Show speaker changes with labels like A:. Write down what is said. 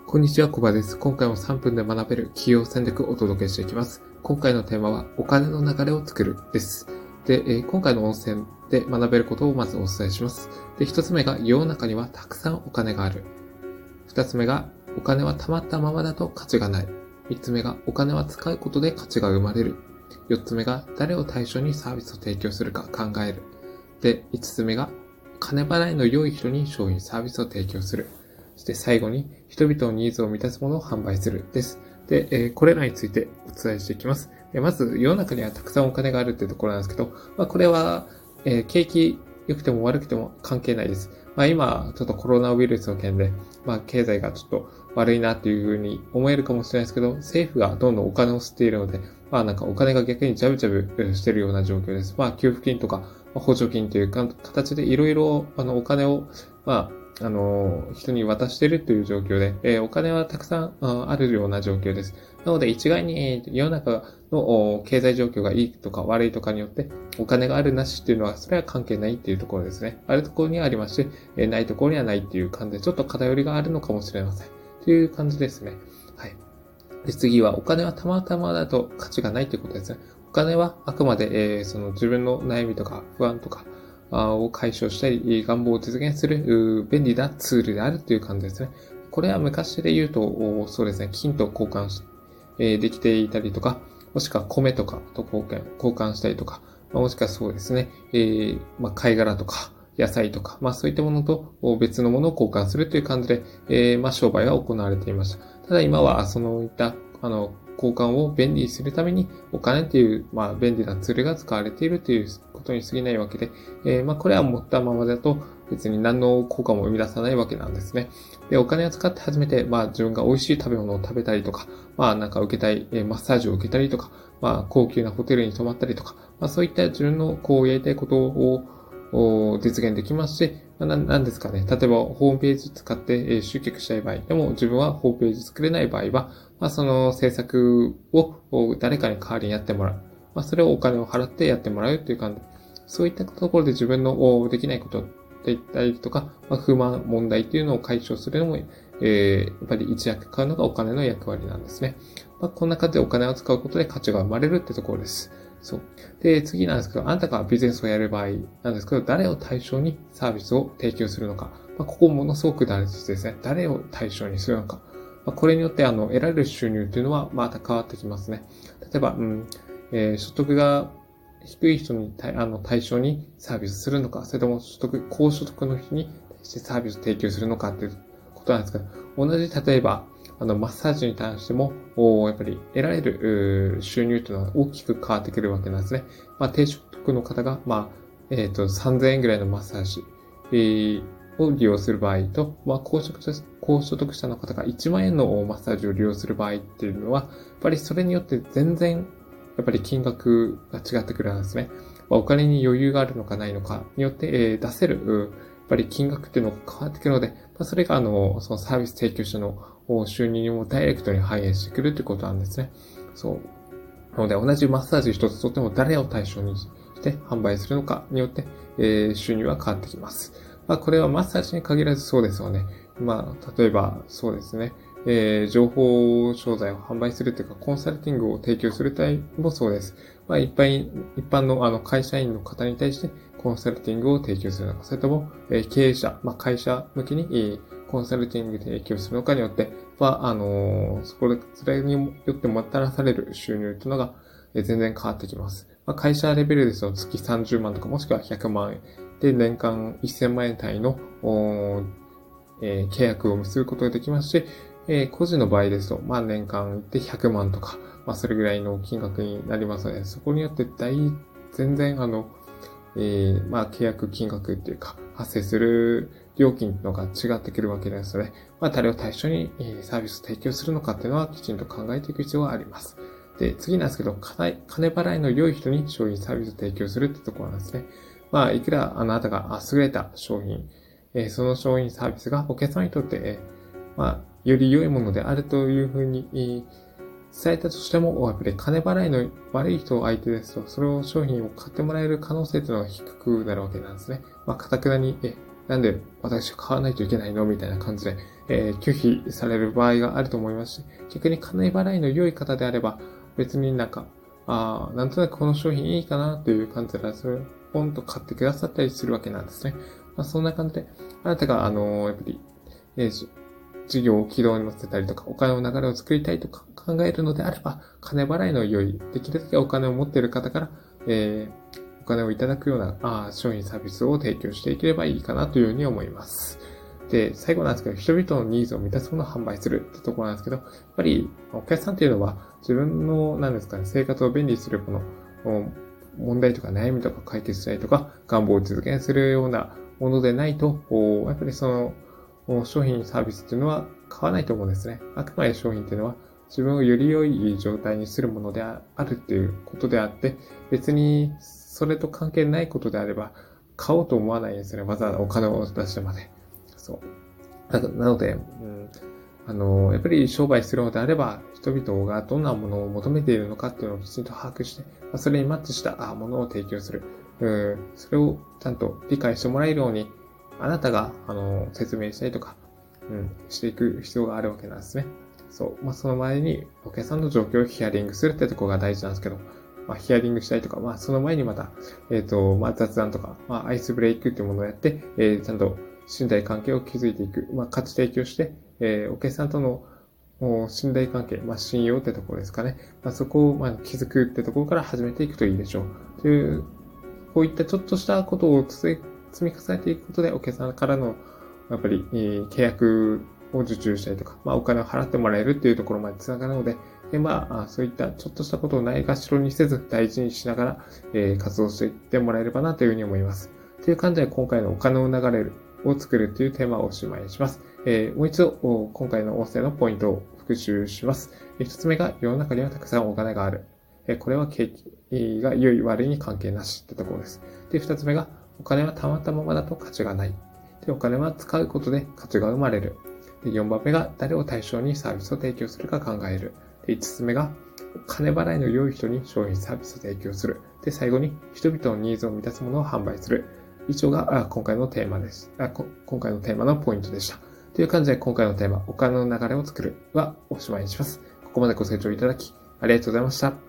A: こんにちは、コバです。今回も3分で学べる企業戦略をお届けしていきます。今回のテーマは、お金の流れを作るです。で、今回の音声で学べることをまずお伝えします。で、1つ目が、世の中にはたくさんお金がある。2つ目が、お金は貯まったままだと価値がない。3つ目が、お金は使うことで価値が生まれる。4つ目が、誰を対象にサービスを提供するか考える。で、5つ目が、金払いの良い人に商品サービスを提供する。そして最後に、人々のニーズを満たすものを販売するです。で、これらについてお伝えしていきます。まず、世の中にはたくさんお金があるっていうところなんですけど、これは、景気良くても悪くても関係ないです。今、ちょっとコロナウイルスの件で、経済がちょっと悪いなっていうふうに思えるかもしれないですけど、政府がどんどんお金を吸っているので、なんかお金が逆にジャブジャブしているような状況です。給付金とか、補助金という形でいろいろ、お金を、人に渡しているという状況で、お金はたくさんあるような状況です。なので、一概に世の中の経済状況がいいとか悪いとかによって、お金があるなしっていうのは、それは関係ないっていうところですね。あるところにはありまして、ないところにはないっていう感じで、ちょっと偏りがあるのかもしれません。という感じですね。はい。で、次は、お金はたまたまだと価値がないということですね。お金はあくまで、その自分の悩みとか不安とか、を解消したり、願望を実現する便利なツールであるという感じですね。これは昔で言うと、そうですね、金と交換し、できていたりとか、もしくは米とかと交換したりとか、もしくはそうですね、貝殻とか、野菜とか、そういったものと別のものを交換するという感じで、商売が行われていました。ただ今は、そういった、交換を便利にするために、お金っていう、便利なツールが使われているということに過ぎないわけで、これは持ったままだと別に何の効果も生み出さないわけなんですね。で、お金を使って初めて、自分が美味しい食べ物を食べたりとか、なんか受けたい、マッサージを受けたりとか、高級なホテルに泊まったりとか、そういった自分のやりたいことを実現できますし、なんですかね。例えば、ホームページ使って集客したい場合でも、自分はホームページ作れない場合は、その制作を誰かに代わりにやってもらう。それをお金を払ってやってもらうという感じ。そういったところで自分のできないことって言ったりとか、不満、問題というのを解消するのも、やっぱり一役買うのがお金の役割なんですね。こんな感じでお金を使うことで価値が生まれるってところです。そう。で、次なんですけど、あなたがビジネスをやる場合なんですけど、誰を対象にサービスを提供するのか。ここものすごく大事ですね。誰を対象にするのか。これによって得られる収入というのはまた変わってきますね。例えば、所得が低い人に対象にサービスするのか、それとも高所得の人に対してサービスを提供するのかということなんですけど、同じ例えば、マッサージに対しても、やっぱり得られる収入というのは大きく変わってくるわけなんですね。低所得の方が、3000円ぐらいのマッサージ、を利用する場合と、高所得者の方が1万円のマッサージを利用する場合っていうのは、やっぱりそれによって全然、やっぱり金額が違ってくるんですね。お金に余裕があるのかないのかによって、出せる、やっぱり金額っていうのが変わってくるので、それがそのサービス提供者の収入にもダイレクトに反映してくるということなんですね。そう。なので、同じマッサージ一つとっても誰を対象にして販売するのかによって、収入は変わってきます。これはマッサージに限らずそうですよね。例えば、そうですね。情報商材を販売するというか、コンサルティングを提供する際もそうです。一般の会社員の方に対してコンサルティングを提供するのか、それとも、経営者、会社向けに、コンサルティングで提供するのかによって、それによってもたらされる収入というのが、全然変わってきます。会社レベルですと月30万とかもしくは100万円で年間1000万円単位の、契約を結ぶことができますし、個人の場合ですと、年間で100万とか、それぐらいの金額になりますので、そこによって全然契約金額っていうか、発生する料金のが違ってくるわけですので、誰を対象にサービスを提供するのかっていうのはきちんと考えていく必要があります。で、次なんですけど、金払いの良い人に商品サービスを提供するってところなんですね。いくらあなたが優れた商品、その商品サービスがお客様にとって、より良いものであるというふうに伝えたとしても、やっぱり金払いの悪い人を相手ですと、それを商品を買ってもらえる可能性というのが低くなるわけなんですね。かたくなになんで私は買わないといけないのみたいな感じで、拒否される場合があると思いますし、逆に金払いの良い方であれば、別になんとなくこの商品いいかなという感じで、それをポンと買ってくださったりするわけなんですね。そんな感じで、あなたが、やっぱり、事業を軌道に乗せたりとか、お金の流れを作りたいとか考えるのであれば、金払いの良い、できるだけお金を持っている方から、お金をいただくような商品サービスを提供していければいいかなというふうに思います。で、最後なんですけど、人々のニーズを満たすものを販売するってところなんですけど、やっぱりお客さんっていうのは自分の、生活を便利にするこの問題とか悩みとか解決したりとか、願望を実現するようなものでないと、やっぱりその商品サービスっていうのは買わないと思うんですね。あくまで商品っていうのは自分をより良い状態にするものであるっていうことであって、別にそれと関係ないことであれば買おうと思わないんですよね。わざわざお金を出してまで。そう。なので、やっぱり商売するのであれば、人々がどんなものを求めているのかっていうのをきちんと把握して、それにマッチしたものを提供する。それをちゃんと理解してもらえるように、あなたが、説明したりとか、していく必要があるわけなんですね。そう。その前に、お客さんの状況をヒアリングするってところが大事なんですけど、ヒアリングしたりとか、その前にまた、雑談とか、アイスブレイクっていうものをやって、ちゃんと信頼関係を築いていく。価値提供して、お客さんとの信頼関係、信用ってところですかね。そこを築くってところから始めていくといいでしょう。という、こういったちょっとしたことを積み重ねていくことで、お客さんからの、やっぱり、契約を受注したりとか、お金を払ってもらえるっていうところまでつながるので、そういったちょっとしたことをないがしろにせず、大事にしながら、活動していってもらえればなというふうに思います。という感じで、今回のお金を流れるを作るというテーマをおしまいにします。もう一度、今回の音声のポイントを復習します。一つ目が、世の中にはたくさんお金がある。これは景気が良い悪いに関係なしってところです。で、二つ目が、お金はたまったままだと価値がない。で、お金は使うことで価値が生まれる。で、4番目が、誰を対象にサービスを提供するか考える。で、5つ目が、金払いの良い人に商品サービスを提供する。で、最後に、人々のニーズを満たすものを販売する。以上が今回のテーマです。今回のテーマのポイントでした。という感じで今回のテーマ、お金の流れを作るはおしまいにします。ここまでご清聴いただきありがとうございました。